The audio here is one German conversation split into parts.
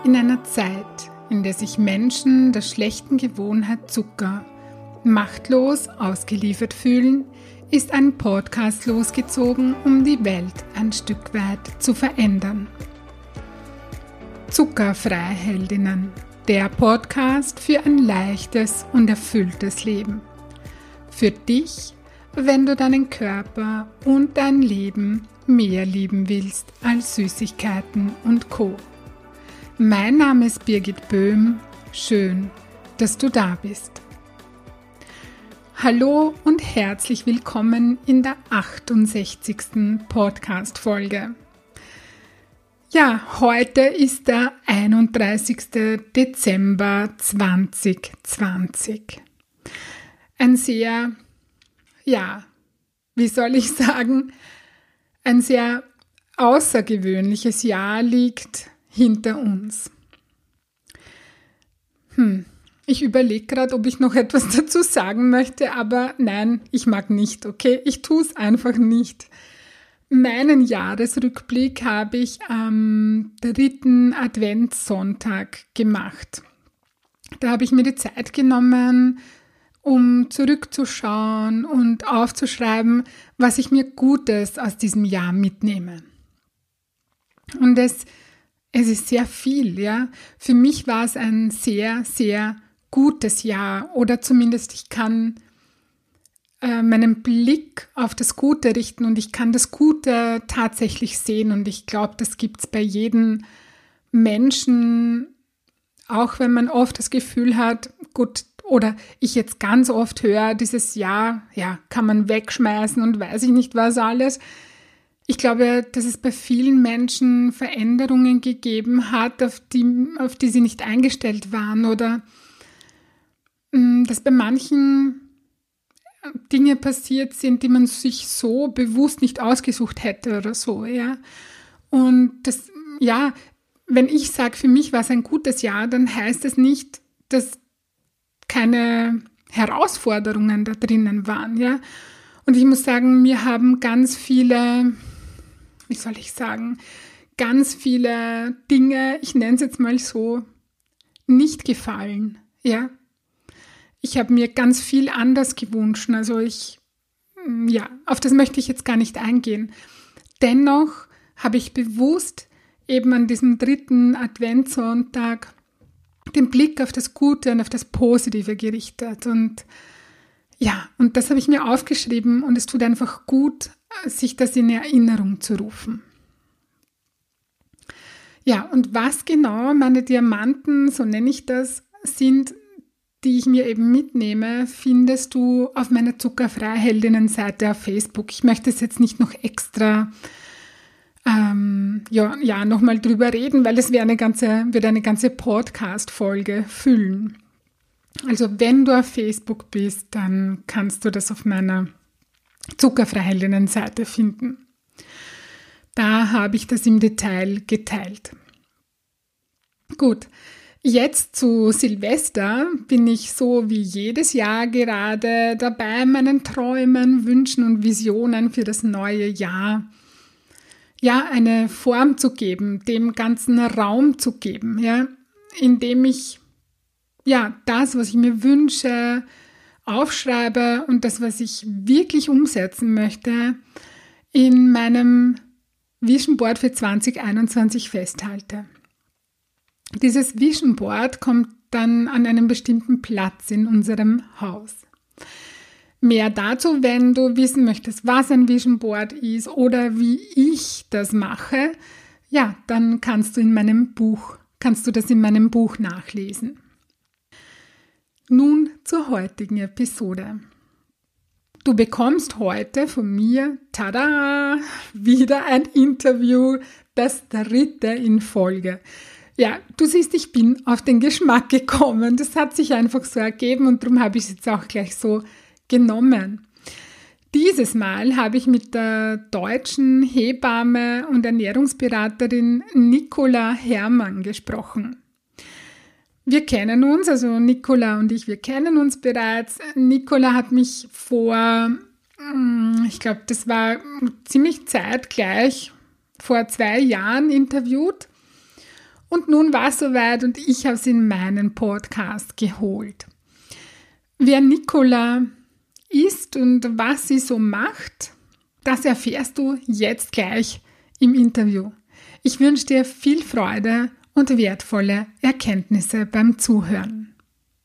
In einer Zeit, in der sich Menschen der schlechten Gewohnheit Zucker machtlos ausgeliefert fühlen, ist ein Podcast losgezogen, um die Welt ein Stück weit zu verändern. Zuckerfreie Heldinnen, der Podcast für ein leichtes und erfülltes Leben. Für dich, wenn du deinen Körper und dein Leben mehr lieben willst als Süßigkeiten und Co. Mein Name ist Birgit Böhm. Schön, dass du da bist. Hallo und herzlich willkommen in der 68. Podcast-Folge. Ja, heute ist der 31. Dezember 2020. Ein sehr, ein sehr außergewöhnliches Jahr liegt hinter uns. Ich überlege gerade, ob ich noch etwas dazu sagen möchte, aber nein, ich mag nicht, okay? Ich tue es einfach nicht. Meinen Jahresrückblick habe ich am 3. Adventssonntag gemacht. Da habe ich mir die Zeit genommen, um zurückzuschauen und aufzuschreiben, was ich mir Gutes aus diesem Jahr mitnehme. Und es ist sehr viel, ja. Für mich war es ein sehr, sehr gutes Jahr oder zumindest ich kann meinen Blick auf das Gute richten und ich kann das Gute tatsächlich sehen und ich glaube, das gibt es bei jedem Menschen, auch wenn man oft das Gefühl hat, gut, oder ich jetzt ganz oft höre, dieses Jahr, kann man wegschmeißen und weiß ich nicht was alles. Ich glaube, dass es bei vielen Menschen Veränderungen gegeben hat, auf die sie nicht eingestellt waren oder dass bei manchen Dinge passiert sind, die man sich so bewusst nicht ausgesucht hätte oder so, ja. Und das, wenn ich sage, für mich war es ein gutes Jahr, dann heißt es nicht, dass keine Herausforderungen da drinnen waren, ja. Und ich muss sagen, mir haben ganz viele Dinge, ich nenne es jetzt mal so, nicht gefallen, ja. Ich habe mir ganz viel anders gewünscht, also auf das möchte ich jetzt gar nicht eingehen. Dennoch habe ich bewusst eben an diesem 3. Adventssonntag den Blick auf das Gute und auf das Positive gerichtet und das habe ich mir aufgeschrieben und es tut einfach gut, sich das in Erinnerung zu rufen. Ja, und was genau meine Diamanten, so nenne ich das, sind, die ich mir eben mitnehme, findest du auf meiner Zuckerfreie Heldinnen-Seite auf Facebook. Ich möchte es jetzt nicht noch extra nochmal drüber reden, weil es wird eine ganze Podcast-Folge füllen. Also wenn du auf Facebook bist, dann kannst du das auf meiner Zuckerfreie Heldinnen-Seite finden. Da habe ich das im Detail geteilt. Gut. Jetzt zu Silvester bin ich so wie jedes Jahr gerade dabei, meinen Träumen, Wünschen und Visionen für das neue Jahr eine Form zu geben, dem ganzen Raum zu geben, indem ich das, was ich mir wünsche, aufschreibe und das, was ich wirklich umsetzen möchte, in meinem Vision Board für 2021 festhalte. Dieses Vision Board kommt dann an einen bestimmten Platz in unserem Haus. Mehr dazu, wenn du wissen möchtest, was ein Vision Board ist oder wie ich das mache, dann kannst du das in meinem Buch nachlesen. Nun zur heutigen Episode. Du bekommst heute von mir, tada, wieder ein Interview, das 3. in Folge. Ja, du siehst, ich bin auf den Geschmack gekommen. Das hat sich einfach so ergeben und darum habe ich es jetzt auch gleich so genommen. Dieses Mal habe ich mit der deutschen Hebamme und Ernährungsberaterin Nicola Herrmann gesprochen. Wir kennen uns, also Nicola und ich, wir kennen uns bereits. Nicola hat mich ich glaube, das war ziemlich zeitgleich, vor 2 Jahren interviewt. Und nun war es soweit und ich habe sie in meinen Podcast geholt. Wer Nicola ist und was sie so macht, das erfährst du jetzt gleich im Interview. Ich wünsche dir viel Freude und wertvolle Erkenntnisse beim Zuhören.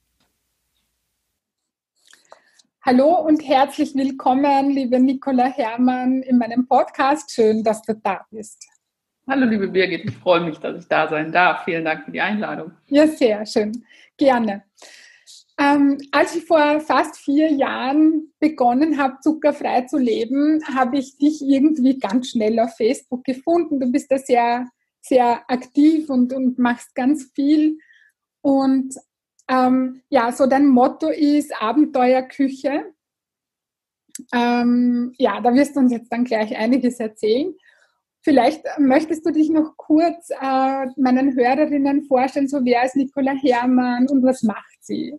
Hallo und herzlich willkommen, liebe Nicola Herrmann, in meinem Podcast. Schön, dass du da bist. Hallo, liebe Birgit, ich freue mich, dass ich da sein darf. Vielen Dank für die Einladung. Ja, sehr schön. Gerne. Als ich vor fast 4 Jahren begonnen habe, zuckerfrei zu leben, habe ich dich irgendwie ganz schnell auf Facebook gefunden. Du bist da sehr, sehr aktiv und machst ganz viel. Und so dein Motto ist Abenteuerküche. Da wirst du uns jetzt dann gleich einiges erzählen. Vielleicht möchtest du dich noch kurz meinen Hörerinnen vorstellen, so wer ist Nicola Herrmann und was macht sie?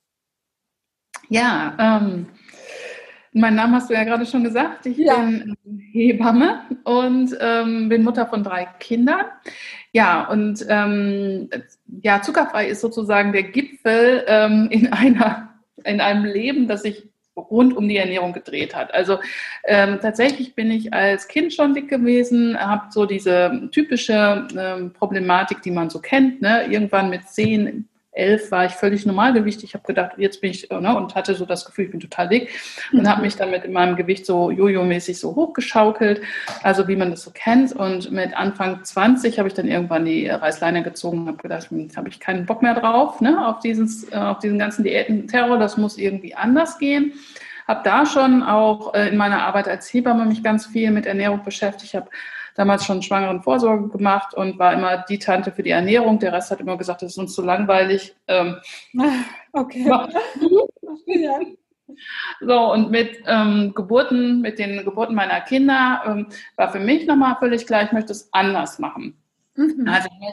Ja, meinen Namen hast du ja gerade schon gesagt. Ich bin Hebamme und bin Mutter von 3 Kindern. Ja, und zuckerfrei ist sozusagen der Gipfel in einem Leben, das sich rund um die Ernährung gedreht hat. Also tatsächlich bin ich als Kind schon dick gewesen, habe so diese typische Problematik, die man so kennt. Ne? Irgendwann mit 10, 11 war ich völlig Normalgewicht. Ich habe gedacht, jetzt bin ich, und hatte so das Gefühl, ich bin total dick und habe mich damit in meinem Gewicht so jojo-mäßig so hochgeschaukelt, also wie man das so kennt. Und mit Anfang 20 habe ich dann irgendwann die Reißleine gezogen und habe gedacht, jetzt habe ich keinen Bock mehr drauf, ne, auf diesen ganzen Diäten-Terror, das muss irgendwie anders gehen. Habe da schon auch in meiner Arbeit als Hebamme mich ganz viel mit Ernährung beschäftigt. Ich habe damals schon Schwangerenvorsorge gemacht und war immer die Tante für die Ernährung. Der Rest hat immer gesagt, das ist uns zu langweilig. Okay. Ja. So, und mit den Geburten meiner Kinder war für mich nochmal völlig klar, ich möchte es anders machen. Mhm. Also ich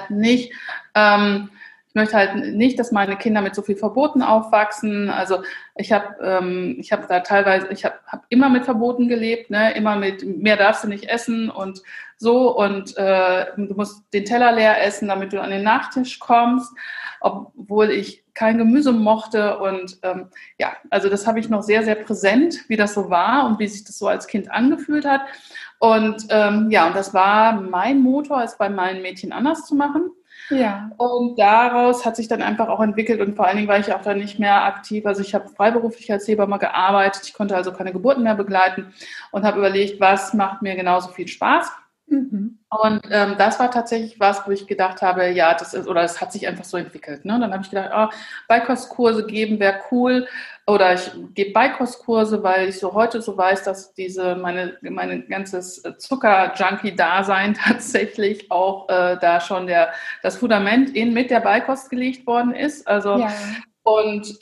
möchte halt nicht, dass meine Kinder mit so viel Verboten aufwachsen. Also ich habe immer mit Verboten gelebt, ne? Immer mit mehr darfst du nicht essen und so und du musst den Teller leer essen, damit du an den Nachtisch kommst, obwohl ich kein Gemüse mochte und also das habe ich noch sehr, sehr präsent, wie das so war und wie sich das so als Kind angefühlt hat und und das war mein Motor, es bei meinen Mädchen anders zu machen. Ja. Und daraus hat sich dann einfach auch entwickelt und vor allen Dingen war ich auch dann nicht mehr aktiv. Also ich habe freiberuflich als Hebamme gearbeitet, ich konnte also keine Geburten mehr begleiten und habe überlegt, was macht mir genauso viel Spaß. Mhm. Und das war tatsächlich was, wo ich gedacht habe, das hat sich einfach so entwickelt. Ne? Dann habe ich gedacht, Beikostkurse geben wäre cool. Oder ich gebe Beikostkurse, weil ich so heute so weiß, dass meine ganzes Zucker-Junkie-Dasein tatsächlich auch da schon das Fundament mit der Beikost gelegt worden ist. Also und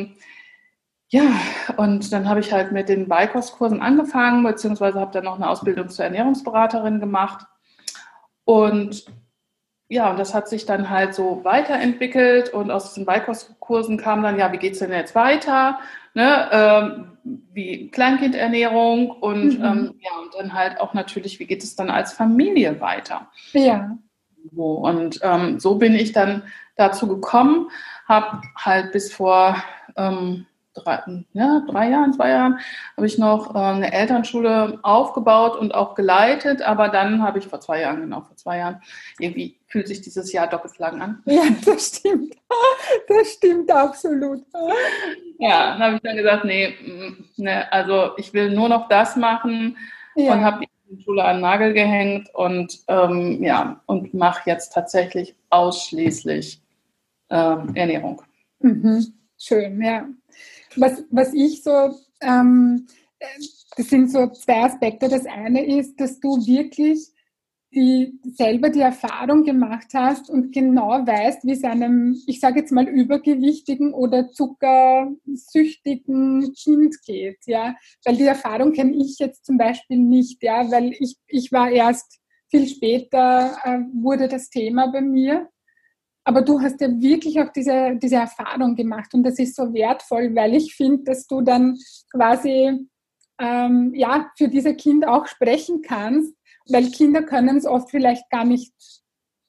und dann habe ich halt mit den Beikostkursen angefangen, beziehungsweise habe dann noch eine Ausbildung zur Ernährungsberaterin gemacht. Und und das hat sich dann halt so weiterentwickelt und aus diesen Beikostkursen kam dann, wie geht's denn jetzt weiter? Ne? Wie Kleinkindernährung und und dann halt auch natürlich, wie geht es dann als Familie weiter? Ja. Und so bin ich dann dazu gekommen, habe halt bis vor 2 Jahren, habe ich noch eine Elternschule aufgebaut und auch geleitet, aber dann habe ich vor 2 Jahren, irgendwie fühlt sich dieses Jahr doppelt lang an. Ja, das stimmt absolut. Ja, dann habe ich dann gesagt, also ich will nur noch das machen und habe die Schule an den Nagel gehängt und und mache jetzt tatsächlich ausschließlich Ernährung. Mhm. Schön, ja. Was ich so, das sind so 2 Aspekte. Das eine ist, dass du wirklich selber die Erfahrung gemacht hast und genau weißt, wie es einem, ich sage jetzt mal, übergewichtigen oder zuckersüchtigen Kind geht, ja. Weil die Erfahrung kenne ich jetzt zum Beispiel nicht, ja, weil ich war erst viel später, wurde das Thema bei mir. Aber du hast ja wirklich auch diese Erfahrung gemacht und das ist so wertvoll, weil ich finde, dass du dann quasi für diese Kinder auch sprechen kannst, weil Kinder können es oft vielleicht gar nicht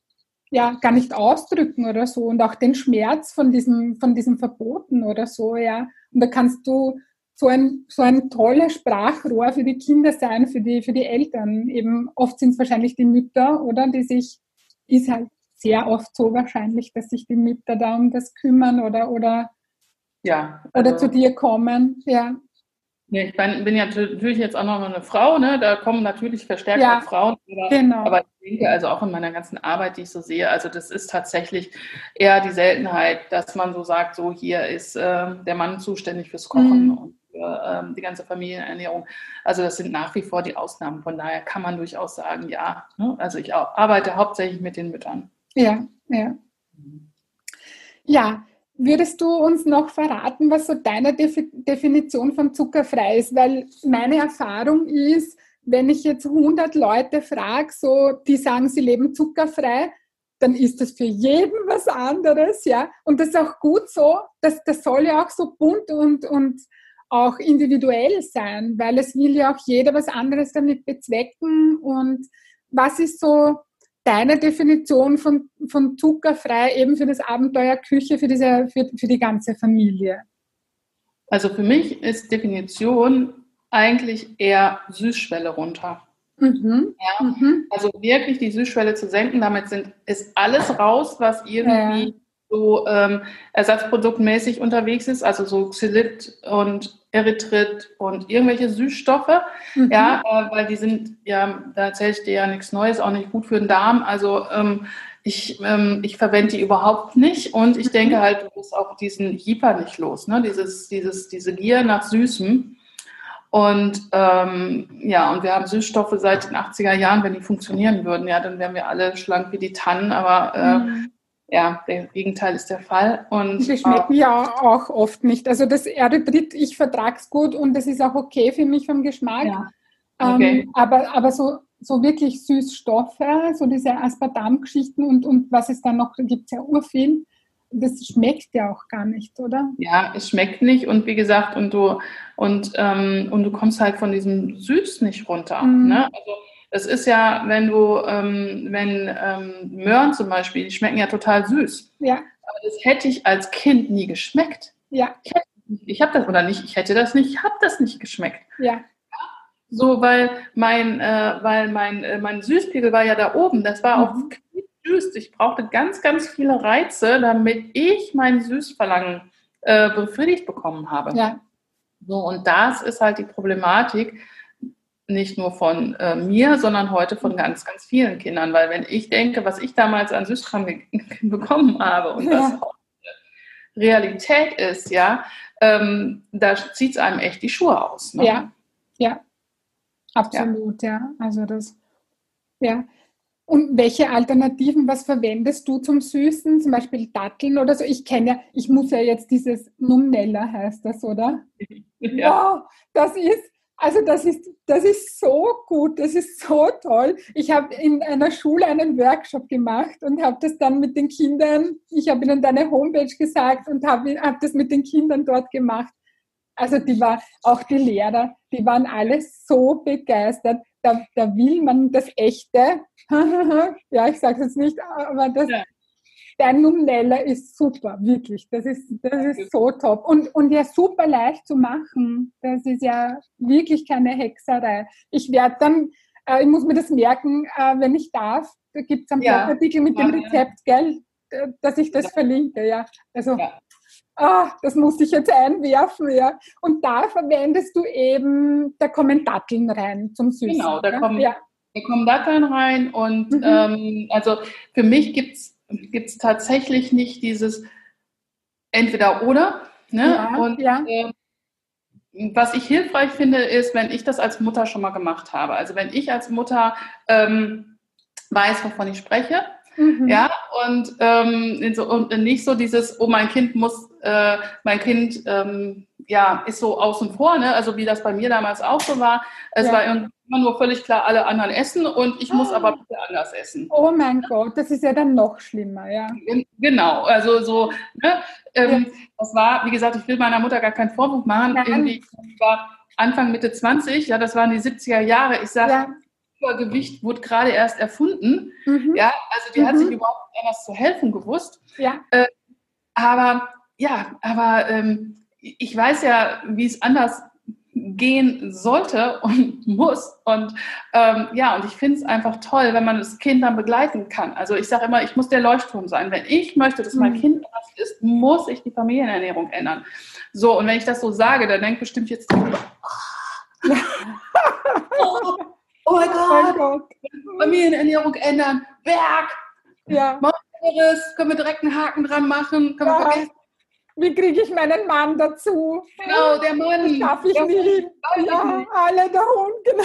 ja, gar nicht ausdrücken oder so und auch den Schmerz von diesem Verboten oder so, ja. Und da kannst du so ein tolles Sprachrohr für die Kinder sein, für die Eltern. Eben oft sind es wahrscheinlich die Mütter, oder? Ist halt sehr oft so wahrscheinlich, dass sich die Mütter da um das kümmern Ja, oder zu also dir kommen, ja. ja, ich bin ja natürlich jetzt auch noch eine Frau, ne? Da kommen natürlich verstärkt auch Ja, Frauen, genau. aber ich denke, also auch in meiner ganzen Arbeit, die ich so sehe, also das ist tatsächlich eher die Seltenheit, dass man so sagt, so hier ist der Mann zuständig fürs Kochen und für die ganze Familienernährung. Also das sind nach wie vor die Ausnahmen. Von daher kann man durchaus sagen, ja, ne? Also ich arbeite hauptsächlich mit den Müttern. Ja, ja. Ja, würdest du uns noch verraten, was so deine Definition von zuckerfrei ist? Weil meine Erfahrung ist, wenn ich jetzt 100 Leute frage, so, die sagen, sie leben zuckerfrei, dann ist das für jeden was anderes, ja. Und das ist auch gut so, das soll ja auch so bunt und auch individuell sein, weil es will ja auch jeder was anderes damit bezwecken. Und was ist so deine Definition von zuckerfrei eben für das Abenteuer Küche, für die ganze Familie? Also für mich ist Definition eigentlich eher Süßschwelle runter. Mhm. Ja, Mhm. also wirklich die Süßschwelle zu senken, damit ist alles raus, was irgendwie so ersatzproduktmäßig unterwegs ist, also so Xylit und Erythrit und irgendwelche Süßstoffe, ja, weil die sind, ja, da erzähle ich dir ja nichts Neues, auch nicht gut für den Darm, also ich verwende die überhaupt nicht und ich denke halt, du bist auch diesen Jeeper nicht los, ne? Diese Gier nach Süßem. Und ja, und wir haben Süßstoffe seit den 80er Jahren, wenn die funktionieren würden, ja, dann wären wir alle schlank wie die Tannen, aber ja, der Gegenteil ist der Fall. Und Die schmecken ja auch oft nicht. Also das Erythrit, ich vertrage es gut und das ist auch okay für mich vom Geschmack. ja, okay. Aber so wirklich Süßstoffe, so diese Aspartam-Geschichten und was es dann noch gibt, es ja urviel, das schmeckt ja auch gar nicht, oder? Ja, es schmeckt nicht und wie gesagt, und du kommst halt von diesem Süß nicht runter. Ne? Also es ist ja, wenn Möhren zum Beispiel, die schmecken ja total süß. Ja. Aber das hätte ich als Kind nie geschmeckt. Ja. Ich habe das oder nicht, ich hätte das nicht, ich habe das nicht geschmeckt. Ja. So, weil mein Süßpegel war ja da oben, das war auch süß. Ich brauchte ganz, ganz viele Reize, damit ich mein Süßverlangen befriedigt bekommen habe. Ja. So, und das ist halt die Problematik, nicht nur von mir, sondern heute von ganz, ganz vielen Kindern. Weil wenn ich denke, was ich damals an Süßkram bekommen habe und was Realität ist, ja, da zieht es einem echt die Schuhe aus. Ne? Ja, ja, absolut, ja. Also das, ja. Und welche Alternativen, was verwendest du zum Süßen? Zum Beispiel Datteln oder so? Ich muss ja jetzt dieses Numnella heißt das, oder? Ja. Wow, das ist so gut, das ist so toll. Ich habe in einer Schule einen Workshop gemacht und habe das dann mit den Kindern, ich habe ihnen deine Homepage gesagt und habe das mit den Kindern dort gemacht. Also auch die Lehrer, die waren alle so begeistert. Da will man das Echte. Ja, ich sage es jetzt nicht, aber der Numnella ist super, wirklich. Das ist so top. Und ja, super leicht zu machen. Das ist ja wirklich keine Hexerei. Ich werde dann, ich muss mir das merken, wenn ich darf. Da gibt es einen Blogartikel mit dem Rezept, gell, dass ich das verlinke. Ja, also. Ja. Das muss ich jetzt einwerfen, ja. Und da verwendest du eben, da kommen Datteln rein zum Süßen. Genau, da kommen Datteln rein und also für mich gibt's tatsächlich nicht dieses Entweder-Oder. Ne? Ja, und was ich hilfreich finde, ist, wenn ich das als Mutter schon mal gemacht habe. Also wenn ich als Mutter weiß, wovon ich spreche, ja, und nicht so dieses, oh, mein Kind ist so außen vor, ne? Also wie das bei mir damals auch so war. Es war immer nur völlig klar, alle anderen essen und ich muss aber bitte anders essen. Oh mein Gott, das ist ja dann noch schlimmer, ja. Genau, also so, ne? Das war, wie gesagt, ich will meiner Mutter gar keinen Vorwurf machen. Irgendwie war Anfang, Mitte 20, ja, das waren die 70er Jahre. Ich sage, Übergewicht wurde gerade erst erfunden. Mhm. Ja, also die hat sich überhaupt nicht anders zu helfen gewusst. Ja. Aber ich weiß ja, wie es anders gehen sollte und muss. Und und ich finde es einfach toll, wenn man das Kind dann begleiten kann. Also ich sage immer, ich muss der Leuchtturm sein. Wenn ich möchte, dass mein Kind anders ist, muss ich die Familienernährung ändern. So, und wenn ich das so sage, dann denkt bestimmt jetzt oh mein Gott, Familienernährung ändern, Berg, können wir direkt einen Haken dran machen, können wir vergessen. Wie kriege ich meinen Mann dazu? Genau, der Mann. Das schaffe ich nie. Ja, alle der Hund, genau.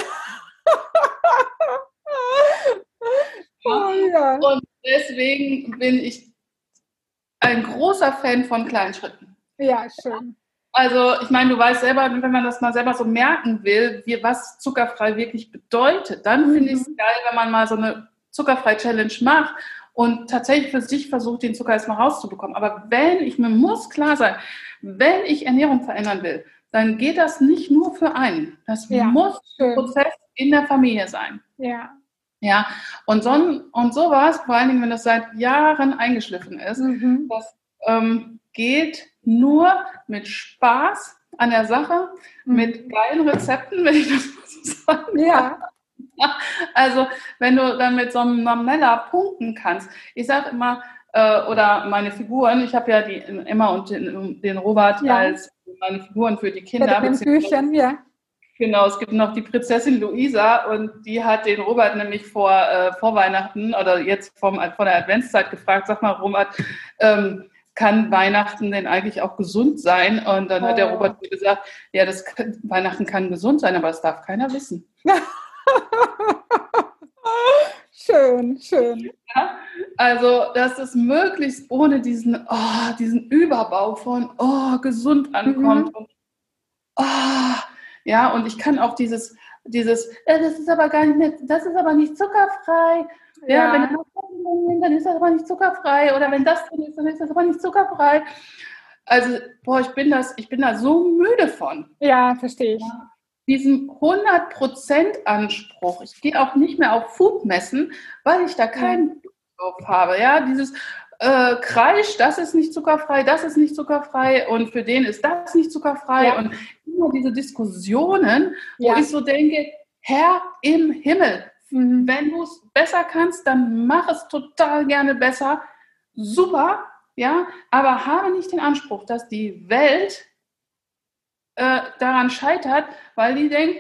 Ja. Und deswegen bin ich ein großer Fan von kleinen Schritten. Ja, schön. Also ich meine, du weißt selber, wenn man das mal selber so merken will, was zuckerfrei wirklich bedeutet, dann finde ich es geil, wenn man mal so eine Zuckerfrei-Challenge macht und tatsächlich für sich versucht, den Zucker erstmal rauszubekommen. Aber mir muss klar sein, wenn ich Ernährung verändern will, dann geht das nicht nur für einen. Das muss ein Prozess in der Familie sein. Ja. Ja, und sowas, vor allen Dingen, wenn das seit Jahren eingeschliffen ist, das geht nur mit Spaß an der Sache, mit geilen Rezepten, wenn ich das mal so sagen kann. Ja. Also, wenn du dann mit so einem Normella punkten kannst. Ich sage immer, oder meine Figuren, ich habe ja die Emma und den Robert als meine Figuren für die Kinder. Bei den Büchern, ja. Genau, es gibt noch die Prinzessin Luisa und die hat den Robert nämlich vor Weihnachten oder jetzt vor der Adventszeit gefragt, sag mal, Robert, kann Weihnachten denn eigentlich auch gesund sein? Und dann hat der Robert gesagt, ja, Weihnachten kann gesund sein, aber das darf keiner wissen. Schön, schön. Ja? Also, dass es möglichst ohne diesen Überbau von gesund ankommt und und ich kann auch dieses, das ist aber gar nicht mehr, das ist aber nicht zuckerfrei. Ja, wenn das drin ist, dann ist das aber nicht zuckerfrei. Oder wenn das drin ist, dann ist das aber nicht zuckerfrei. Also, ich bin da so müde von. Ja, verstehe ich. Ja, diesen 100% Anspruch. Ich gehe auch nicht mehr auf Foodmessen, weil ich da keinen Bock drauf habe. Ja, dieses Kreisch, das ist nicht zuckerfrei, das ist nicht zuckerfrei und für den ist das nicht zuckerfrei. Ja. Und immer diese Diskussionen, wo ich so denke, Herr im Himmel, wenn du es besser kannst, dann mach es total gerne besser. Super, ja, aber habe nicht den Anspruch, dass die Welt daran scheitert, weil die denkt,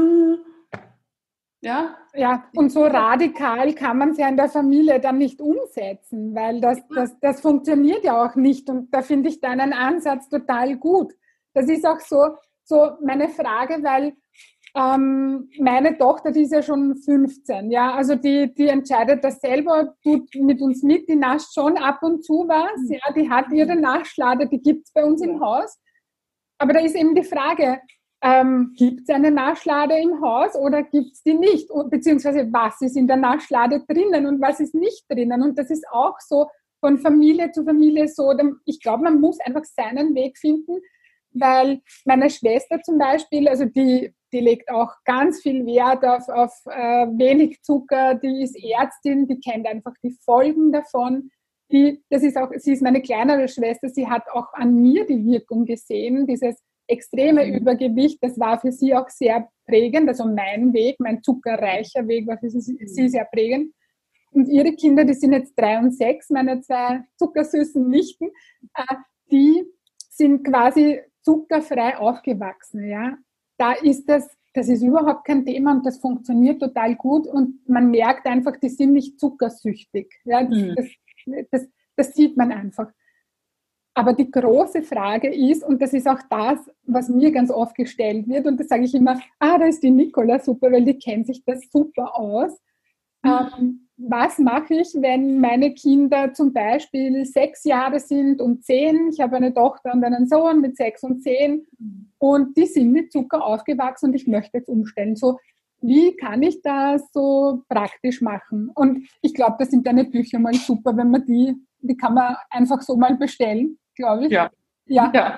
ja, und so radikal kann man es ja in der Familie dann nicht umsetzen, weil das funktioniert ja auch nicht. Und da finde ich deinen Ansatz total gut. Das ist auch so meine Frage, weil meine Tochter, die ist ja schon 15, ja, also die entscheidet das selber, tut mit uns mit, die nascht schon ab und zu was, ja, die hat ihre Naschlade, die gibt es bei uns im Haus. Aber da ist eben die Frage, gibt es eine Naschlade im Haus oder gibt es die nicht? Beziehungsweise was ist in der Naschlade drinnen und was ist nicht drinnen? Und das ist auch so von Familie zu Familie so. Ich glaube, man muss einfach seinen Weg finden, weil meine Schwester zum Beispiel, also die legt auch ganz viel Wert auf wenig Zucker, die ist Ärztin, die kennt einfach die Folgen davon. Sie ist meine kleinere Schwester, sie hat auch an mir die Wirkung gesehen, dieses extreme Übergewicht, das war für sie auch sehr prägend, also mein Weg, mein zuckerreicher Weg war für sie sehr prägend. Und ihre Kinder, die sind jetzt 3 und 6, meine 2 zuckersüßen Nichten, die sind quasi zuckerfrei aufgewachsen. Ja? Das ist überhaupt kein Thema und das funktioniert total gut und man merkt einfach, die sind nicht zuckersüchtig. Ja? Das sieht man einfach. Aber die große Frage ist, und das ist auch das, was mir ganz oft gestellt wird, und das sage ich immer, da ist die Nicola super, weil die kennt sich das super aus. Was mache ich, wenn meine Kinder zum Beispiel 6 Jahre sind und 10? Ich habe eine Tochter und einen Sohn mit 6 und 10 und die sind mit Zucker aufgewachsen und ich möchte jetzt umstellen. So, wie kann ich das so praktisch machen? Und ich glaube, da sind deine Bücher mal super, wenn man die kann man einfach so mal bestellen, glaube ich. Ja.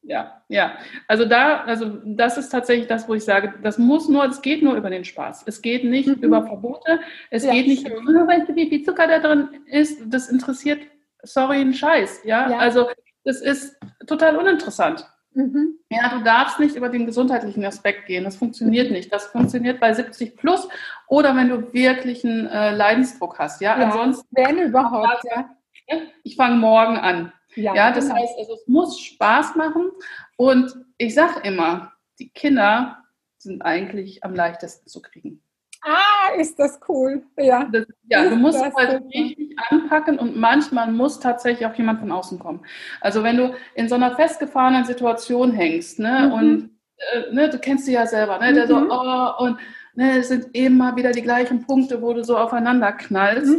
Ja. Also das ist tatsächlich das, wo ich sage, das geht nur über den Spaß. Es geht nicht über Verbote. Es geht nicht über, weißt du, wie viel Zucker da drin ist. Das interessiert, sorry, einen Scheiß. Ja, also das ist total uninteressant. Ja, du darfst nicht über den gesundheitlichen Aspekt gehen. Das funktioniert nicht. Das funktioniert bei 70 plus oder wenn du wirklich einen Leidensdruck hast. Ja, ansonsten. Wenn überhaupt, Ich fange morgen an. Ja, das heißt, also, es muss Spaß machen. Und ich sage immer, die Kinder sind eigentlich am leichtesten zu kriegen. Ist das cool. Ja, du musst halt richtig anpacken und manchmal muss tatsächlich auch jemand von außen kommen. Also wenn du in so einer festgefahrenen Situation hängst, ne, und du kennst sie ja selber, ne, der so, und ne, es sind immer wieder die gleichen Punkte, wo du so aufeinander knallst.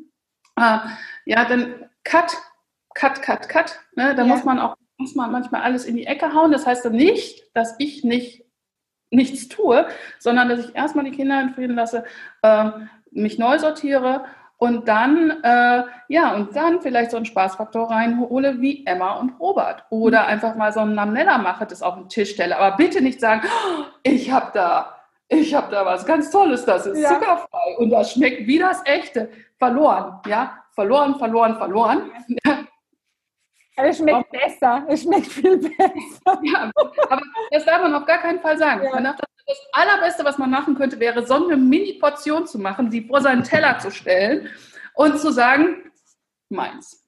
Dann cut. Ne? Da muss man manchmal alles in die Ecke hauen. Das heißt dann nicht, dass ich nichts tue, sondern dass ich erstmal die Kinder in Frieden lasse, mich neu sortiere und dann vielleicht so einen Spaßfaktor reinhole wie Emma und Robert. Oder einfach mal so einen Namnella mache, das auf den Tisch stelle. Aber bitte nicht sagen, ich habe da was ganz Tolles, das ist zuckerfrei und das schmeckt wie das Echte. Verloren. Aber es schmeckt besser. Es schmeckt viel besser. Ja, aber das darf man auf gar keinen Fall sagen. Das Allerbeste, was man machen könnte, wäre, so eine Mini-Portion zu machen, sie vor seinen Teller zu stellen und zu sagen, meins.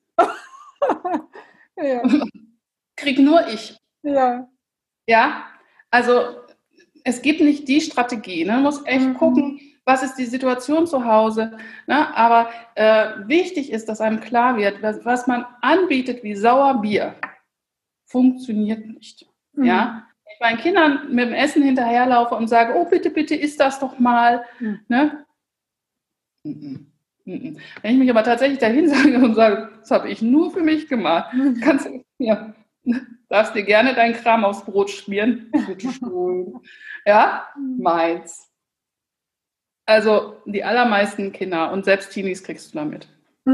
Krieg nur ich. Ja, also es gibt nicht die Strategie. Ne? Man muss echt gucken, was ist die Situation zu Hause. Ne? Aber wichtig ist, dass einem klar wird, was man anbietet wie Sauerbier, funktioniert nicht. Ja? Wenn ich meinen Kindern mit dem Essen hinterherlaufe und sage, oh, bitte, bitte, isst das doch mal. Ne? Wenn ich mich aber tatsächlich dahin sage und sage, das habe ich nur für mich gemacht, darfst dir gerne deinen Kram aufs Brot schmieren. Bitte schön. Ja, meins. Also die allermeisten Kinder und selbst Teenies kriegst du damit.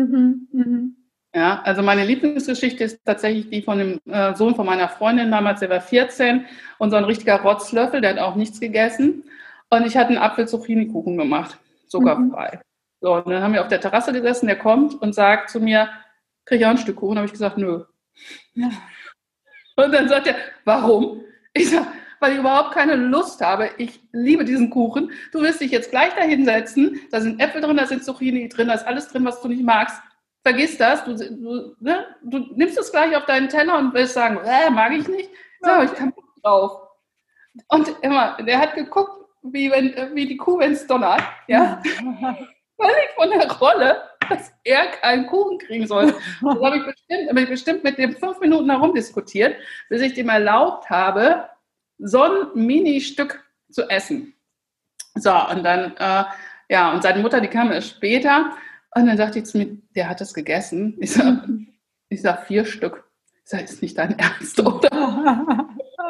Ja, also meine Lieblingsgeschichte ist tatsächlich die von dem Sohn von meiner Freundin damals, der war 14 und so ein richtiger Rotzlöffel, der hat auch nichts gegessen. Und ich hatte einen Apfel-Zucchini-Kuchen gemacht, zuckerfrei. So, und dann haben wir auf der Terrasse gesessen, der kommt und sagt zu mir, krieg ich auch ein Stück Kuchen? Da habe ich gesagt, nö. Ja. Und dann sagt er, warum? Ich sage, weil ich überhaupt keine Lust habe. Ich liebe diesen Kuchen. Du wirst dich jetzt gleich da hinsetzen. Da sind Äpfel drin, da sind Zucchini drin, da ist alles drin, was du nicht magst. Vergiss das. Du nimmst es gleich auf deinen Teller und willst sagen, mag ich nicht. So, ich kann drauf. Und immer, der hat geguckt, wie die Kuh, wenn es donnert. Ja? Völlig von der Rolle, dass er keinen Kuchen kriegen soll. Das habe ich bestimmt mit dem 5 Minuten herumdiskutiert, bis ich dem erlaubt habe, so ein Mini-Stück zu essen. So, und dann, und seine Mutter, die kam erst später, und dann sagte ich zu mir, der hat das gegessen. Ich sag 4 Stück. Ich sage, ist nicht dein Ernst, oder?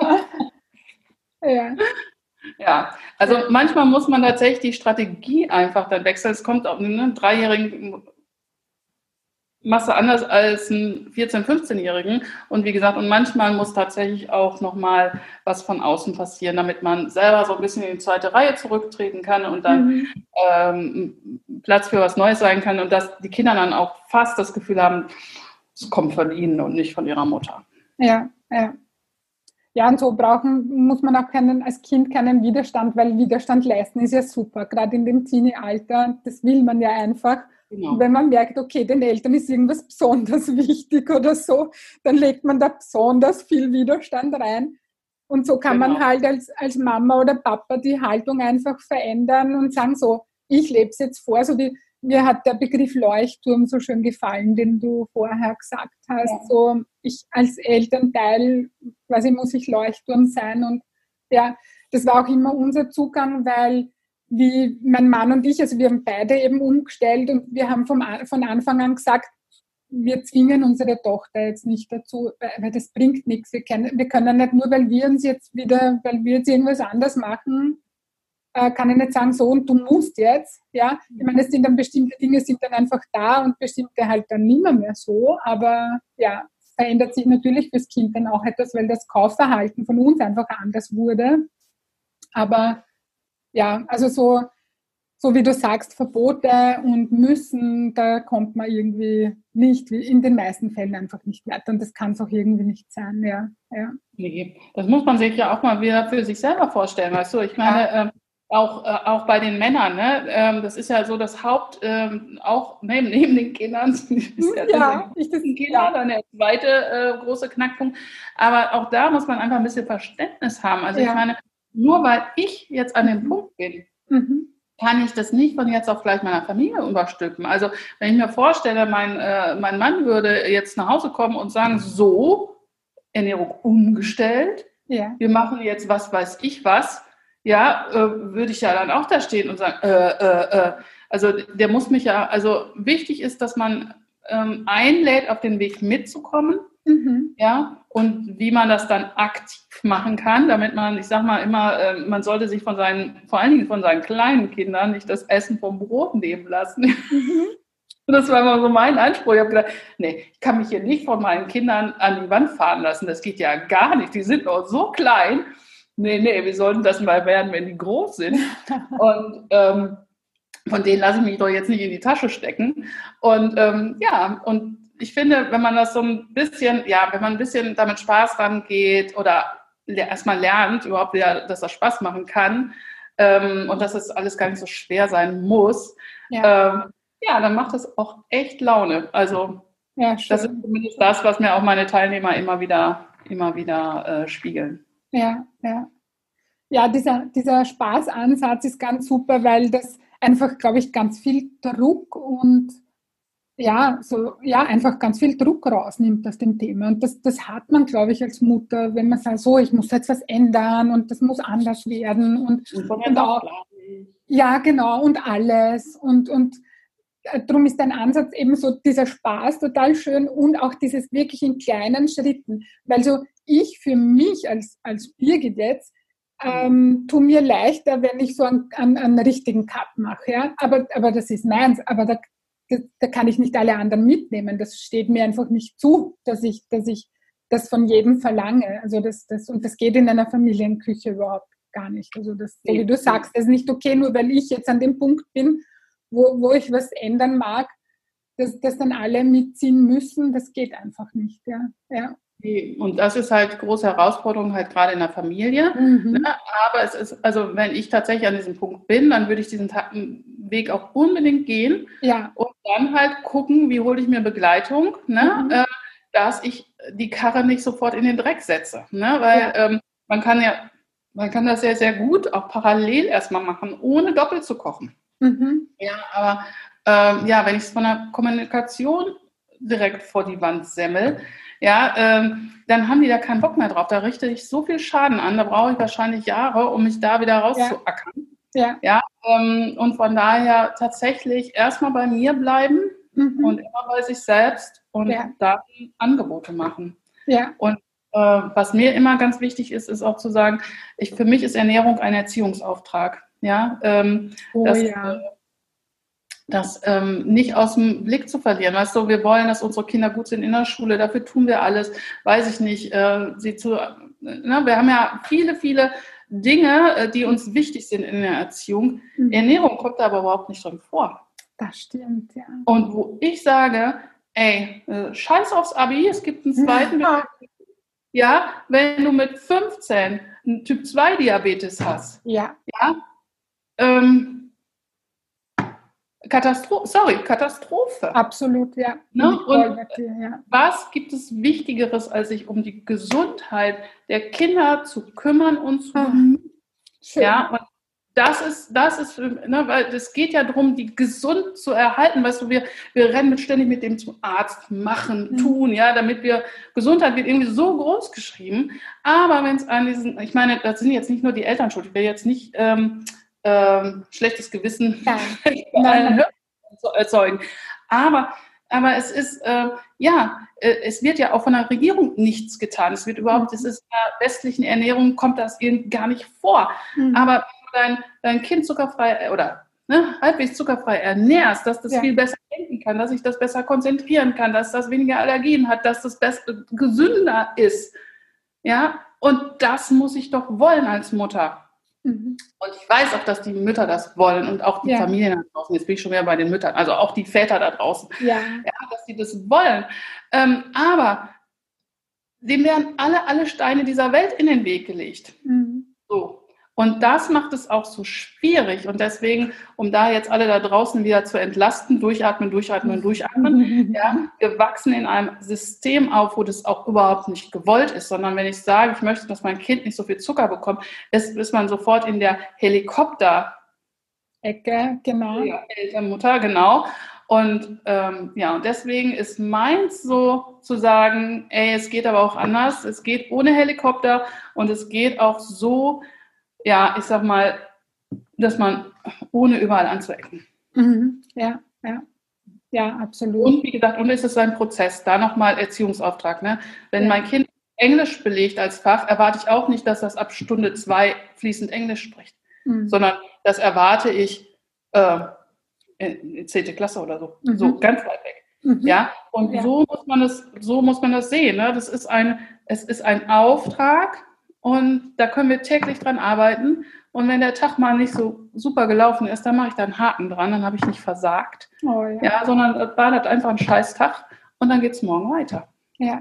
Ja, also manchmal muss man tatsächlich die Strategie einfach dann wechseln. Es kommt auf einen 3-jährigen Masse anders als einen 14-, 15-Jährigen. Und wie gesagt, und manchmal muss tatsächlich auch nochmal was von außen passieren, damit man selber so ein bisschen in die zweite Reihe zurücktreten kann und dann Platz für was Neues sein kann und dass die Kinder dann auch fast das Gefühl haben, es kommt von ihnen und nicht von ihrer Mutter. Ja, und so muss man auch als Kind keinen Widerstand, weil Widerstand leisten ist ja super, gerade in dem Teenie-Alter, das will man ja einfach. Genau. Und wenn man merkt, okay, den Eltern ist irgendwas besonders wichtig oder so, dann legt man da besonders viel Widerstand rein. Und so kann man halt als Mama oder Papa die Haltung einfach verändern und sagen so, ich lebe es jetzt vor, mir hat der Begriff Leuchtturm so schön gefallen, den du vorher gesagt hast. Ja. So, ich als Elternteil quasi muss ich Leuchtturm sein. Und das war auch immer unser Zugang, weil wie mein Mann und ich, also wir haben beide eben umgestellt und wir haben von Anfang an gesagt, wir zwingen unsere Tochter jetzt nicht dazu, weil das bringt nichts. Wir können nicht nur, weil wir jetzt irgendwas anders machen, kann ich nicht sagen, so und du musst jetzt, ja. Ich meine, es sind dann bestimmte Dinge sind dann einfach da und bestimmte halt dann nimmer mehr so, aber ja, verändert sich natürlich fürs Kind dann auch etwas, weil das Kaufverhalten von uns einfach anders wurde. Aber ja, also so wie du sagst, Verbote und müssen, da kommt man irgendwie nicht, in den meisten Fällen einfach nicht weiter. Und das kann es auch irgendwie nicht sein, ja. Nee, das muss man sich ja auch mal wieder für sich selber vorstellen, weißt du? Ich meine, auch bei den Männern, ne? Das ist ja so das Haupt, auch neben den Kindern, ist ja dann der zweite große Knackpunkt. Aber auch da muss man einfach ein bisschen Verständnis haben. Also ich meine, nur weil ich jetzt an dem Punkt bin, kann ich das nicht von jetzt auf gleich meiner Familie überstülpen. Also wenn ich mir vorstelle, mein Mann würde jetzt nach Hause kommen und sagen, so, Ernährung umgestellt, wir machen jetzt was weiß ich was, würde ich ja dann auch da stehen und sagen, also der muss mich ja, also wichtig ist, dass man einlädt, auf den Weg mitzukommen, und wie man das dann aktiv machen kann, damit man, ich sag mal immer, man sollte sich vor allen Dingen von seinen kleinen Kindern nicht das Essen vom Brot nehmen lassen. Das war immer so mein Anspruch. Ich habe gedacht, nee, ich kann mich hier nicht von meinen Kindern an die Wand fahren lassen. Das geht ja gar nicht. Die sind noch so klein. Nee, wir sollten das mal werden, wenn die groß sind. Und von denen lasse ich mich doch jetzt nicht in die Tasche stecken. Und und ich finde, wenn man das so ein bisschen, wenn man ein bisschen damit Spaß rangeht oder erstmal lernt, überhaupt wieder, dass das Spaß machen kann und dass es alles gar nicht so schwer sein muss, dann macht das auch echt Laune. Also das ist zumindest das, was mir auch meine Teilnehmer immer wieder spiegeln. Ja, dieser Spaßansatz ist ganz super, weil das einfach, glaube ich, ganz viel Druck und einfach ganz viel Druck rausnimmt aus dem Thema. Und das hat man, glaube ich, als Mutter, wenn man sagt, so, ich muss jetzt was ändern und das muss anders werden und auch, ja, genau, und alles. Und darum ist dein Ansatz eben so dieser Spaß total schön und auch dieses wirklich in kleinen Schritten. Weil so ich für mich als Birgit jetzt tue mir leichter, wenn ich so einen richtigen Cut mache. Ja? Aber das ist meins. Aber da kann ich nicht alle anderen mitnehmen. Das steht mir einfach nicht zu, dass ich das von jedem verlange. Also und das geht in einer Familienküche überhaupt gar nicht. Also das, so wie du sagst, das ist nicht okay, nur weil ich jetzt an dem Punkt bin, wo ich was ändern mag, dass dann alle mitziehen müssen. Das geht einfach nicht. Ja. Und das ist halt große Herausforderung halt gerade in der Familie. Ne? Aber es ist, also wenn ich tatsächlich an diesem Punkt bin, dann würde ich diesen Weg auch unbedingt gehen und dann halt gucken, wie hole ich mir Begleitung, ne? Dass ich die Karre nicht sofort in den Dreck setze. Ne? Weil man kann das sehr, sehr gut auch parallel erstmal machen, ohne doppelt zu kochen. Ja, aber wenn ich es von der Kommunikation direkt vor die Wand semmel, dann haben die da keinen Bock mehr drauf. Da richte ich so viel Schaden an, da brauche ich wahrscheinlich Jahre, um mich da wieder rauszuackern. Und von daher tatsächlich erstmal bei mir bleiben und immer bei sich selbst und dann Angebote machen. Und was mir immer ganz wichtig ist, ist auch zu sagen, für mich ist Ernährung ein Erziehungsauftrag. Das nicht aus dem Blick zu verlieren. Weißt du, wir wollen, dass unsere Kinder gut sind in der Schule, dafür tun wir alles, weiß ich nicht, wir haben ja viele, viele Dinge, die uns wichtig sind in der Erziehung. Ernährung kommt da aber überhaupt nicht drin vor. Das stimmt, ja. Und wo ich sage, scheiß aufs Abi, es gibt einen zweiten wenn du mit 15 einen Typ-2-Diabetes hast, Katastrophe. Absolut, ja. Ne? Und was gibt es Wichtigeres, als sich um die Gesundheit der Kinder zu kümmern und zu bemühen? Und das ist, weil es geht ja darum, die gesund zu erhalten. Weißt du, wir rennen ständig mit dem zum Arzt, machen, tun, damit Gesundheit wird irgendwie so groß geschrieben. Aber wenn es an diesen, ich meine, das sind jetzt nicht nur die Eltern schuld, ich will jetzt nicht schlechtes Gewissen erzeugen. Aber es ist, es wird ja auch von der Regierung nichts getan. Es wird überhaupt, es ist in der westlichen Ernährung, kommt das gar nicht vor. Aber wenn du dein Kind zuckerfrei oder halbwegs zuckerfrei ernährst, dass das viel besser denken kann, dass ich das besser konzentrieren kann, dass das weniger Allergien hat, dass das Beste gesünder ist. Ja, und das muss ich doch wollen als Mutter. Und ich weiß auch, dass die Mütter das wollen und auch die Familien da draußen. Jetzt bin ich schon wieder bei den Müttern, also auch die Väter da draußen, dass die das wollen. Aber dem werden alle Steine dieser Welt in den Weg gelegt. So. Und das macht es auch so schwierig. Und deswegen, um da jetzt alle da draußen wieder zu entlasten, durchatmen, wir wachsen in einem System auf, wo das auch überhaupt nicht gewollt ist, sondern wenn ich sage, ich möchte, dass mein Kind nicht so viel Zucker bekommt, ist man sofort in der Helikopter-Ecke, genau. Elternmutter, genau. Und und deswegen ist meins so zu sagen, es geht aber auch anders, es geht ohne Helikopter und es geht auch so, ich sag mal, dass man ohne überall anzuecken. Ja, absolut. Und wie gesagt, und es ist ein Prozess, da nochmal Erziehungsauftrag. Ne? Wenn mein Kind Englisch belegt als Fach, erwarte ich auch nicht, dass das ab Stunde 2 fließend Englisch spricht, sondern das erwarte ich in 10. Klasse oder so, so ganz weit weg. Ja, und so muss man das sehen. Ne? Es ist ein Auftrag und da können wir täglich dran arbeiten. Und wenn der Tag mal nicht so super gelaufen ist, dann mache ich da einen Haken dran, dann habe ich nicht versagt. Sondern war das einfach ein Scheißtag und dann geht es morgen weiter. Ja,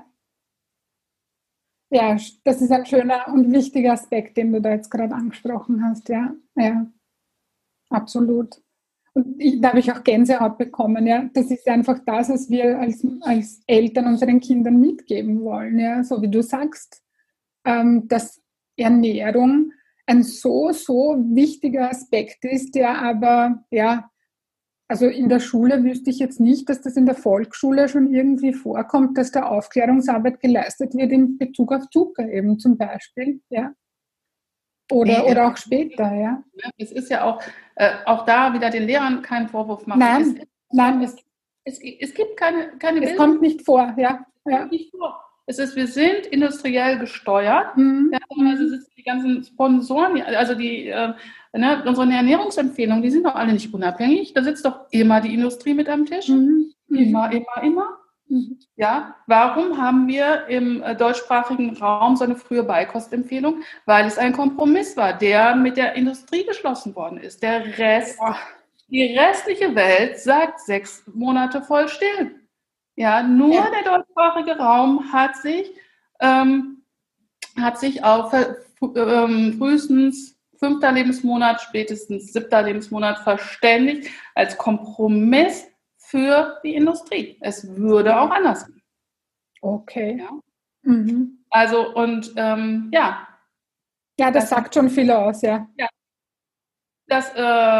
das ist ein schöner und wichtiger Aspekt, den du da jetzt gerade angesprochen hast. Ja, absolut. Und da habe ich auch Gänsehaut bekommen. Ja, das ist einfach das, was wir als Eltern unseren Kindern mitgeben wollen. Ja, so wie du sagst, dass Ernährung ein so wichtiger Aspekt ist, der aber, also in der Schule wüsste ich jetzt nicht, dass das in der Volksschule schon irgendwie vorkommt, dass da Aufklärungsarbeit geleistet wird in Bezug auf Zucker eben zum Beispiel, Oder auch später, ja. Es ist ja auch da wieder den Lehrern keinen Vorwurf machen. Nein. Es gibt keine Es kommt nicht vor, ja. Nicht vor. Wir sind industriell gesteuert. Also sitzen die ganzen Sponsoren, also unsere Ernährungsempfehlungen, die sind doch alle nicht unabhängig. Da sitzt doch immer die Industrie mit am Tisch. Immer. Ja, warum haben wir im deutschsprachigen Raum so eine frühe Beikostempfehlung? Weil es ein Kompromiss war, der mit der Industrie geschlossen worden ist. Die restliche Welt sagt 6 Monate voll still. Ja, nur der deutschsprachige Raum hat sich auf frühestens 5. Lebensmonat, spätestens 7. Lebensmonat verständigt als Kompromiss für die Industrie. Es würde auch anders gehen. Okay. Ja. Also und Ja, das sagt schon viel aus, ja. Das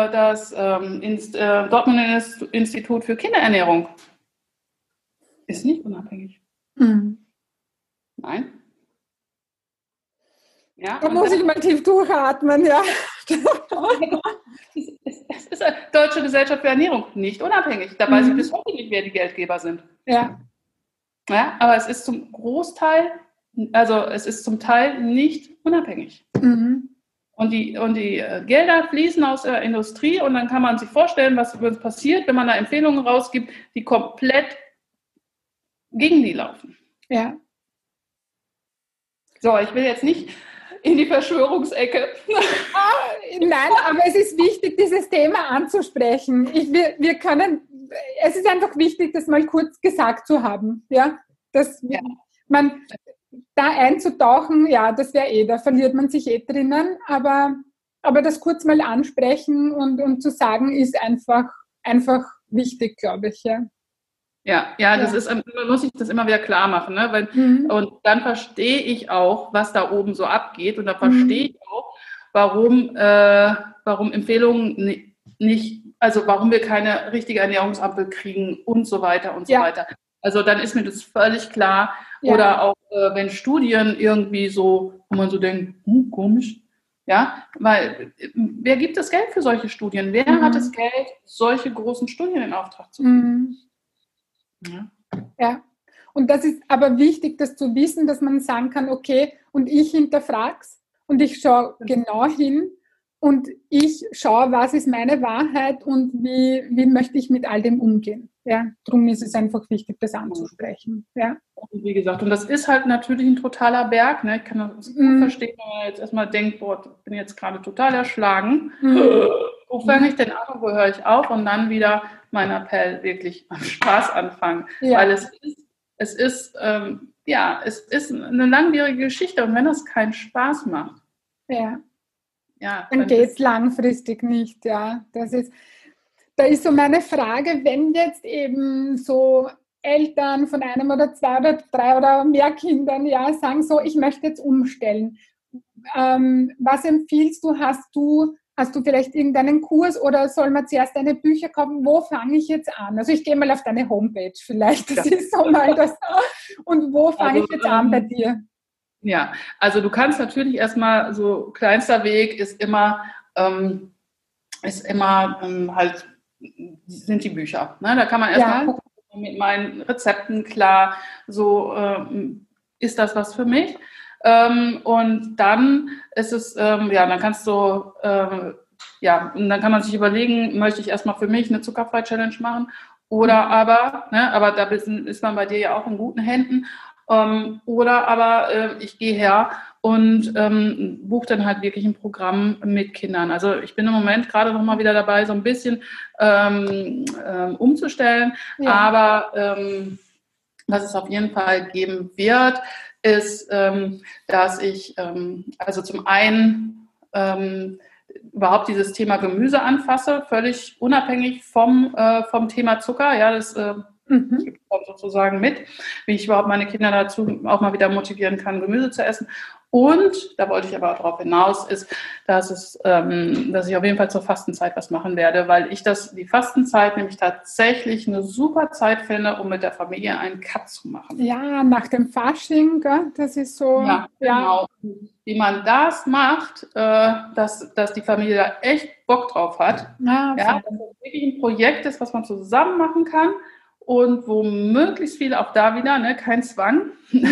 Dortmunder Institut für Kinderernährung ist nicht unabhängig. Nein. Ja, da muss ich mal tief durchatmen, ja. Es ist eine Deutsche Gesellschaft für Ernährung, nicht unabhängig. Da weiß ich bis heute nicht, wer die Geldgeber sind. Ja, aber es ist zum Teil nicht unabhängig. Und die Gelder fließen aus der Industrie und dann kann man sich vorstellen, was passiert, wenn man da Empfehlungen rausgibt, die komplett gegen die laufen. Ja. So, ich will jetzt nicht in die Verschwörungsecke. Nein, aber es ist wichtig, dieses Thema anzusprechen. Es ist einfach wichtig, das mal kurz gesagt zu haben. Ja? Man da einzutauchen, das wäre da verliert man sich drinnen, aber das kurz mal ansprechen und zu sagen, ist einfach wichtig, glaube ich, das ist, man muss sich das immer wieder klar machen, ne? Und dann verstehe ich auch, was da oben so abgeht und da verstehe ich auch, warum Empfehlungen nicht, also warum wir keine richtige Ernährungsampel kriegen und so weiter und so weiter. Also dann ist mir das völlig klar. Ja. Oder auch wenn Studien irgendwie so, wo man so denkt, komisch, weil wer gibt das Geld für solche Studien? Wer hat das Geld, solche großen Studien in Auftrag zu geben? Ja, und das ist aber wichtig, das zu wissen, dass man sagen kann, okay, und ich hinterfrage es und ich schaue genau hin Und ich schaue, was ist meine Wahrheit und wie möchte ich mit all dem umgehen. Ja, darum ist es einfach wichtig, das anzusprechen. Ja. Und wie gesagt, und das ist halt natürlich ein totaler Berg. Ne? Ich kann das gut verstehen, wenn man jetzt erstmal denkt, boah, ich bin jetzt gerade total erschlagen. Wo fange ich denn an und wo höre ich auf? Und dann wieder mein Appell, wirklich am Spaß anfangen. Ja. Weil es ist eine langwierige Geschichte. Und wenn das keinen Spaß macht, dann geht es langfristig nicht. Ja, da ist so meine Frage, wenn jetzt eben so Eltern von einem oder zwei oder drei oder mehr Kindern sagen so, ich möchte jetzt umstellen. Was empfiehlst du? Hast du vielleicht irgendeinen Kurs oder soll man zuerst deine Bücher kaufen? Wo fange ich jetzt an? Also ich gehe mal auf deine Homepage vielleicht. Das ist so mal das. Und wo fange ich jetzt an bei dir? Ja, also du kannst natürlich erstmal, so kleinster Weg ist immer halt, sind die Bücher. Ne? Da kann man erstmal gucken, mit meinen Rezepten klar, so ist das was für mich. Und dann ist es, dann kannst du, und dann kann man sich überlegen, möchte ich erstmal für mich eine Zuckerfrei-Challenge machen oder aber da ist man bei dir ja auch in guten Händen, oder aber ich gehe her und buche dann halt wirklich ein Programm mit Kindern. Also ich bin im Moment gerade noch mal wieder dabei, so ein bisschen umzustellen, aber was es auf jeden Fall geben wird, ist, dass ich also zum einen überhaupt dieses Thema Gemüse anfasse, völlig unabhängig vom Thema Zucker. Ja, das gibt sozusagen mit, wie ich überhaupt meine Kinder dazu auch mal wieder motivieren kann, Gemüse zu essen. Und, da wollte ich aber auch darauf hinaus, ist, dass ich auf jeden Fall zur Fastenzeit was machen werde, weil ich die Fastenzeit nämlich tatsächlich eine super Zeit finde, um mit der Familie einen Cut zu machen. Ja, nach dem Fasching, gell? Das ist so. Ja, genau. Wie man das macht, dass die Familie da echt Bock drauf hat. Dass das wirklich ein Projekt ist, was man zusammen machen kann und wo möglichst viele, auch da wieder, kein Zwang,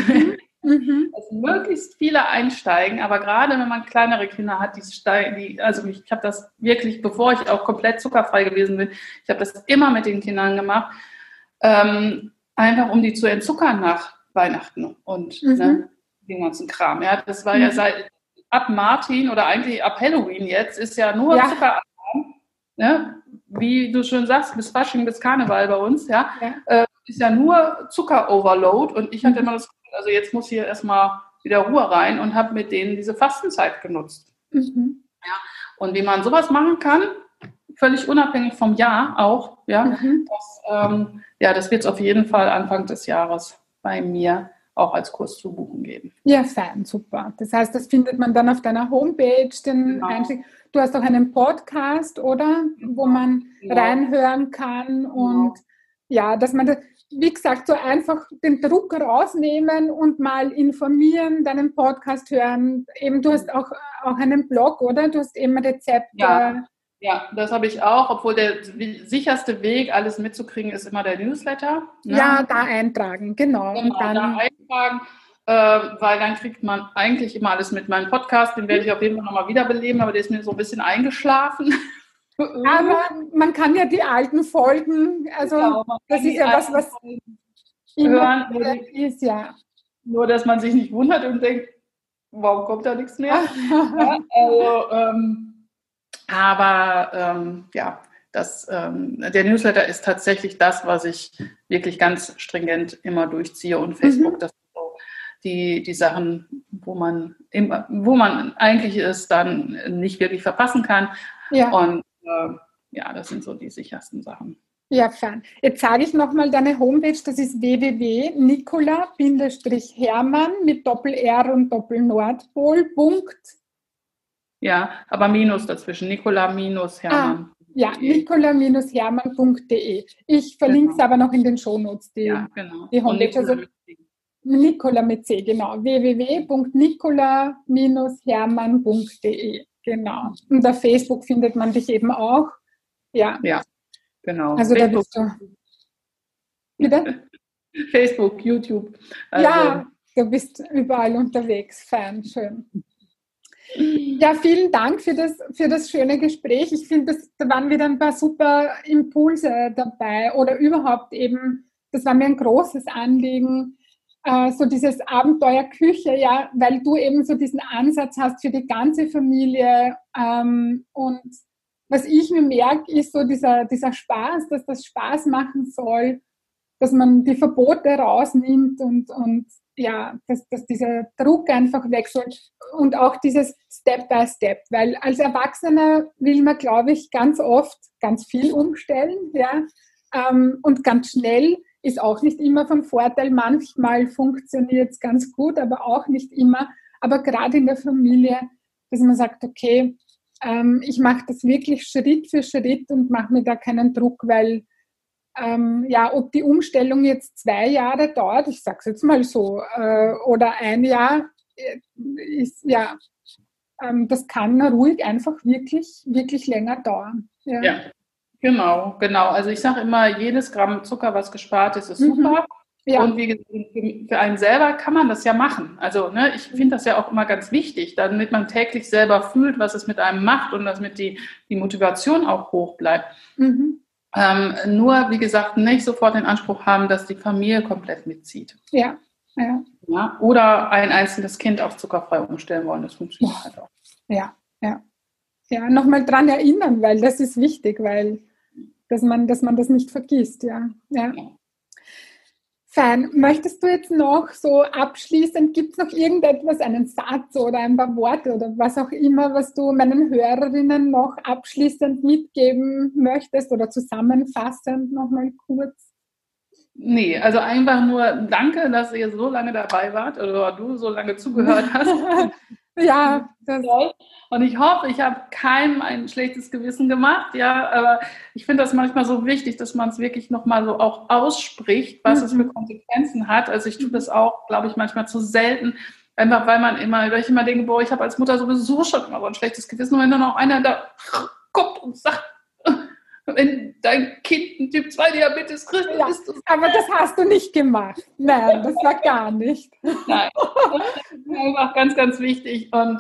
dass möglichst viele einsteigen, aber gerade wenn man kleinere Kinder hat, also ich habe das wirklich, bevor ich auch komplett zuckerfrei gewesen bin, ich habe das immer mit den Kindern gemacht, einfach um die zu entzuckern nach Weihnachten und den ganzen Kram. Ja, das war ja ab Martin oder eigentlich ab Halloween jetzt, ist ja nur Zucker. Ne? Wie du schon sagst, bis Fasching, bis Karneval bei uns, ist ja nur Zucker-Overload und ich hatte immer das Gefühl, also jetzt muss hier erstmal wieder Ruhe rein und habe mit denen diese Fastenzeit genutzt. Ja, und wie man sowas machen kann, völlig unabhängig vom Jahr auch, das wird es auf jeden Fall Anfang des Jahres bei mir auch als Kurs zu buchen geben. Ja, fein, super. Das heißt, das findet man dann auf deiner Homepage, den Einstieg. Du hast auch einen Podcast, oder? Wo man reinhören kann und dass man das, wie gesagt, so einfach den Druck rausnehmen und mal informieren, deinen Podcast hören. Eben, du hast auch einen Blog, oder? Du hast eben Rezepte. Ja, das habe ich auch, obwohl der sicherste Weg, alles mitzukriegen, ist immer der Newsletter. Ne? Ja, da eintragen, genau. Und dann da eintragen, weil dann kriegt man eigentlich immer alles mit. Meinem Podcast, den werde ich auf jeden Fall nochmal wiederbeleben, aber der ist mir so ein bisschen eingeschlafen. Aber man kann ja die alten Folgen, also das ist ja was immer ist, Nur, dass man sich nicht wundert und denkt, warum kommt da nichts mehr? Der Newsletter ist tatsächlich das, was ich wirklich ganz stringent immer durchziehe und Facebook, das sind so die Sachen, wo man eigentlich es dann nicht wirklich verpassen kann. Ja. Und das sind so die sichersten Sachen. Ja, fein. Jetzt sage ich nochmal deine Homepage, das ist www.nicola-hermann mit Doppel-R und Doppel-Nordpol. Ja, aber Minus dazwischen, Nicola-Hermann. Nicola-hermann.de. Ich verlinke es aber noch in den Shownotes, die Homepage. Also Nicola mit C, genau. www.nicola-hermann.de. Genau. Und auf Facebook findet man dich eben auch. Ja, genau. Also Facebook. Da bist du. Bitte? Facebook, YouTube. Also. Ja, du bist überall unterwegs. Fein, schön. Ja, vielen Dank für das schöne Gespräch. Ich finde, da waren wieder ein paar super Impulse dabei oder überhaupt eben, das war mir ein großes Anliegen, so dieses Abenteuer Küche, ja, weil du eben so diesen Ansatz hast für die ganze Familie. Und was ich mir merke, ist so dieser Spaß, dass das Spaß machen soll, dass man die Verbote rausnimmt und ja, dass dieser Druck einfach wechselt und auch dieses Step by Step, weil als Erwachsener will man, glaube ich, ganz oft ganz viel umstellen, ja, und ganz schnell ist auch nicht immer von Vorteil. Manchmal funktioniert es ganz gut, aber auch nicht immer. Aber gerade in der Familie, dass man sagt, okay, ich mache das wirklich Schritt für Schritt und mache mir da keinen Druck, weil ja, ob die Umstellung jetzt 2 Jahre dauert, ich sage es jetzt mal so, oder 1 Jahr, ist ja, das kann ruhig einfach wirklich, wirklich länger dauern. Ja, Ja, genau. Also ich sage immer, jedes Gramm Zucker, was gespart ist super. Ja. Und wie gesagt, für einen selber kann man das ja machen. Also ich finde das ja auch immer ganz wichtig, damit man täglich selber fühlt, was es mit einem macht und damit die Motivation auch hoch bleibt. Nur, wie gesagt, nicht sofort den Anspruch haben, dass die Familie komplett mitzieht. Ja. Oder ein einzelnes Kind auf zuckerfrei umstellen wollen. Das funktioniert halt auch. Ja, nochmal dran erinnern, weil das ist wichtig, dass man das nicht vergisst. Ja. Fein. Möchtest du jetzt noch so abschließend, gibt es noch irgendetwas, einen Satz oder ein paar Worte oder was auch immer, was du meinen Hörerinnen noch abschließend mitgeben möchtest oder zusammenfassend nochmal kurz? Nee, also einfach nur danke, dass ihr so lange dabei wart oder du so lange zugehört hast. Ja, und ich hoffe, ich habe keinem ein schlechtes Gewissen gemacht, ja, aber ich finde das manchmal so wichtig, dass man es wirklich nochmal so auch ausspricht, was es für Konsequenzen hat. Also ich tue das auch, glaube ich, manchmal zu selten, einfach weil ich immer denke, boah, ich habe als Mutter sowieso schon immer so ein schlechtes Gewissen und wenn dann auch einer da kommt und sagt, wenn dein Kind ein Typ-2-Diabetes kriegt, ja, ist das... Aber das hast du nicht gemacht. Nein, das war gar nicht. Nein, das ist einfach ganz, ganz wichtig. Und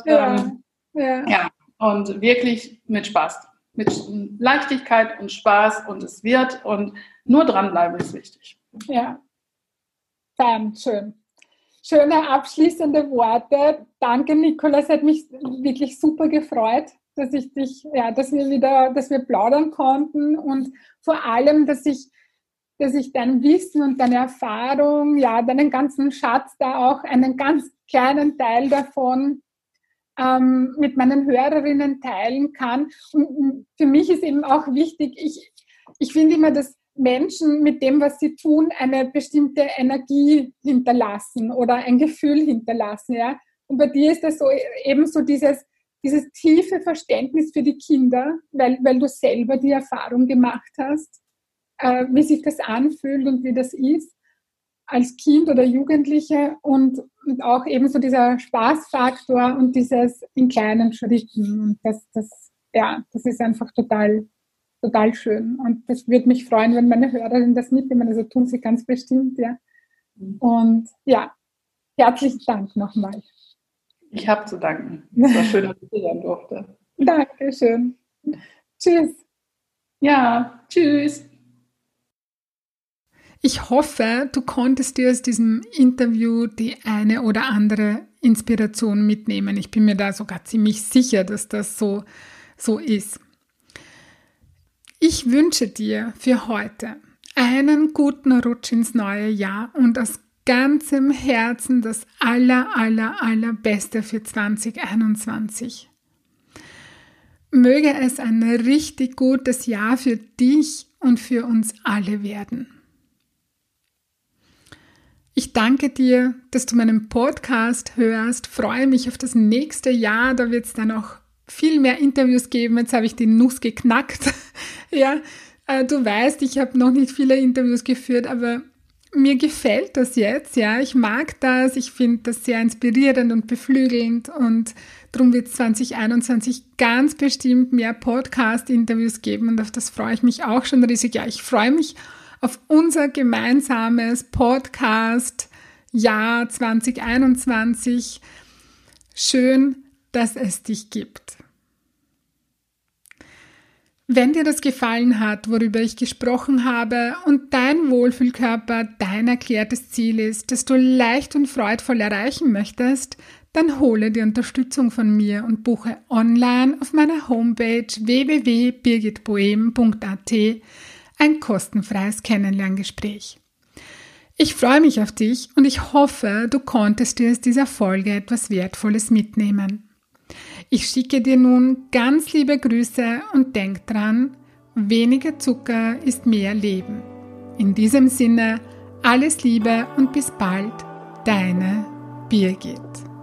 und wirklich mit Spaß. Mit Leichtigkeit und Spaß und es wird und nur dranbleiben ist wichtig. Ja, schön. Schöne abschließende Worte. Danke, Nicola, es hat mich wirklich super gefreut, dass wir plaudern konnten und vor allem, dass ich dein Wissen und deine Erfahrung, ja, deinen ganzen Schatz da auch, einen ganz kleinen Teil davon mit meinen Hörerinnen teilen kann. Und für mich ist eben auch wichtig, ich finde immer, dass Menschen mit dem, was sie tun, eine bestimmte Energie hinterlassen oder ein Gefühl hinterlassen. Ja? Und bei dir ist das so eben so dieses tiefe Verständnis für die Kinder, weil du selber die Erfahrung gemacht hast, wie sich das anfühlt und wie das ist als Kind oder Jugendliche und auch eben so dieser Spaßfaktor und dieses in kleinen Schritten. Und das ist einfach total, total schön. Und das würde mich freuen, wenn meine Hörerinnen das mitnehmen. Also tun sie ganz bestimmt, ja. Und ja, herzlichen Dank nochmal. Ich habe zu danken. Es war schön, dass ich hier sein durfte. Dankeschön. Tschüss. Ja, tschüss. Ich hoffe, du konntest dir aus diesem Interview die eine oder andere Inspiration mitnehmen. Ich bin mir da sogar ziemlich sicher, dass das so ist. Ich wünsche dir für heute einen guten Rutsch ins neue Jahr und aus ganzem Herzen das allerbeste für 2021. Möge es ein richtig gutes Jahr für dich und für uns alle werden. Ich danke dir, dass du meinen Podcast hörst, freue mich auf das nächste Jahr, da wird es dann auch viel mehr Interviews geben, jetzt habe ich die Nuss geknackt. Ja, du weißt, ich habe noch nicht viele Interviews geführt, aber mir gefällt das jetzt, ja, ich mag das, ich finde das sehr inspirierend und beflügelnd und darum wird es 2021 ganz bestimmt mehr Podcast-Interviews geben und auf das freue ich mich auch schon riesig. Ja, ich freue mich auf unser gemeinsames Podcast-Jahr 2021. Schön, dass es dich gibt. Wenn dir das gefallen hat, worüber ich gesprochen habe und dein Wohlfühlkörper dein erklärtes Ziel ist, das du leicht und freudvoll erreichen möchtest, dann hole die Unterstützung von mir und buche online auf meiner Homepage www.birgitboehm.at ein kostenfreies Kennenlerngespräch. Ich freue mich auf dich und ich hoffe, du konntest dir aus dieser Folge etwas Wertvolles mitnehmen. Ich schicke dir nun ganz liebe Grüße und denk dran, weniger Zucker ist mehr Leben. In diesem Sinne, alles Liebe und bis bald, deine Birgit.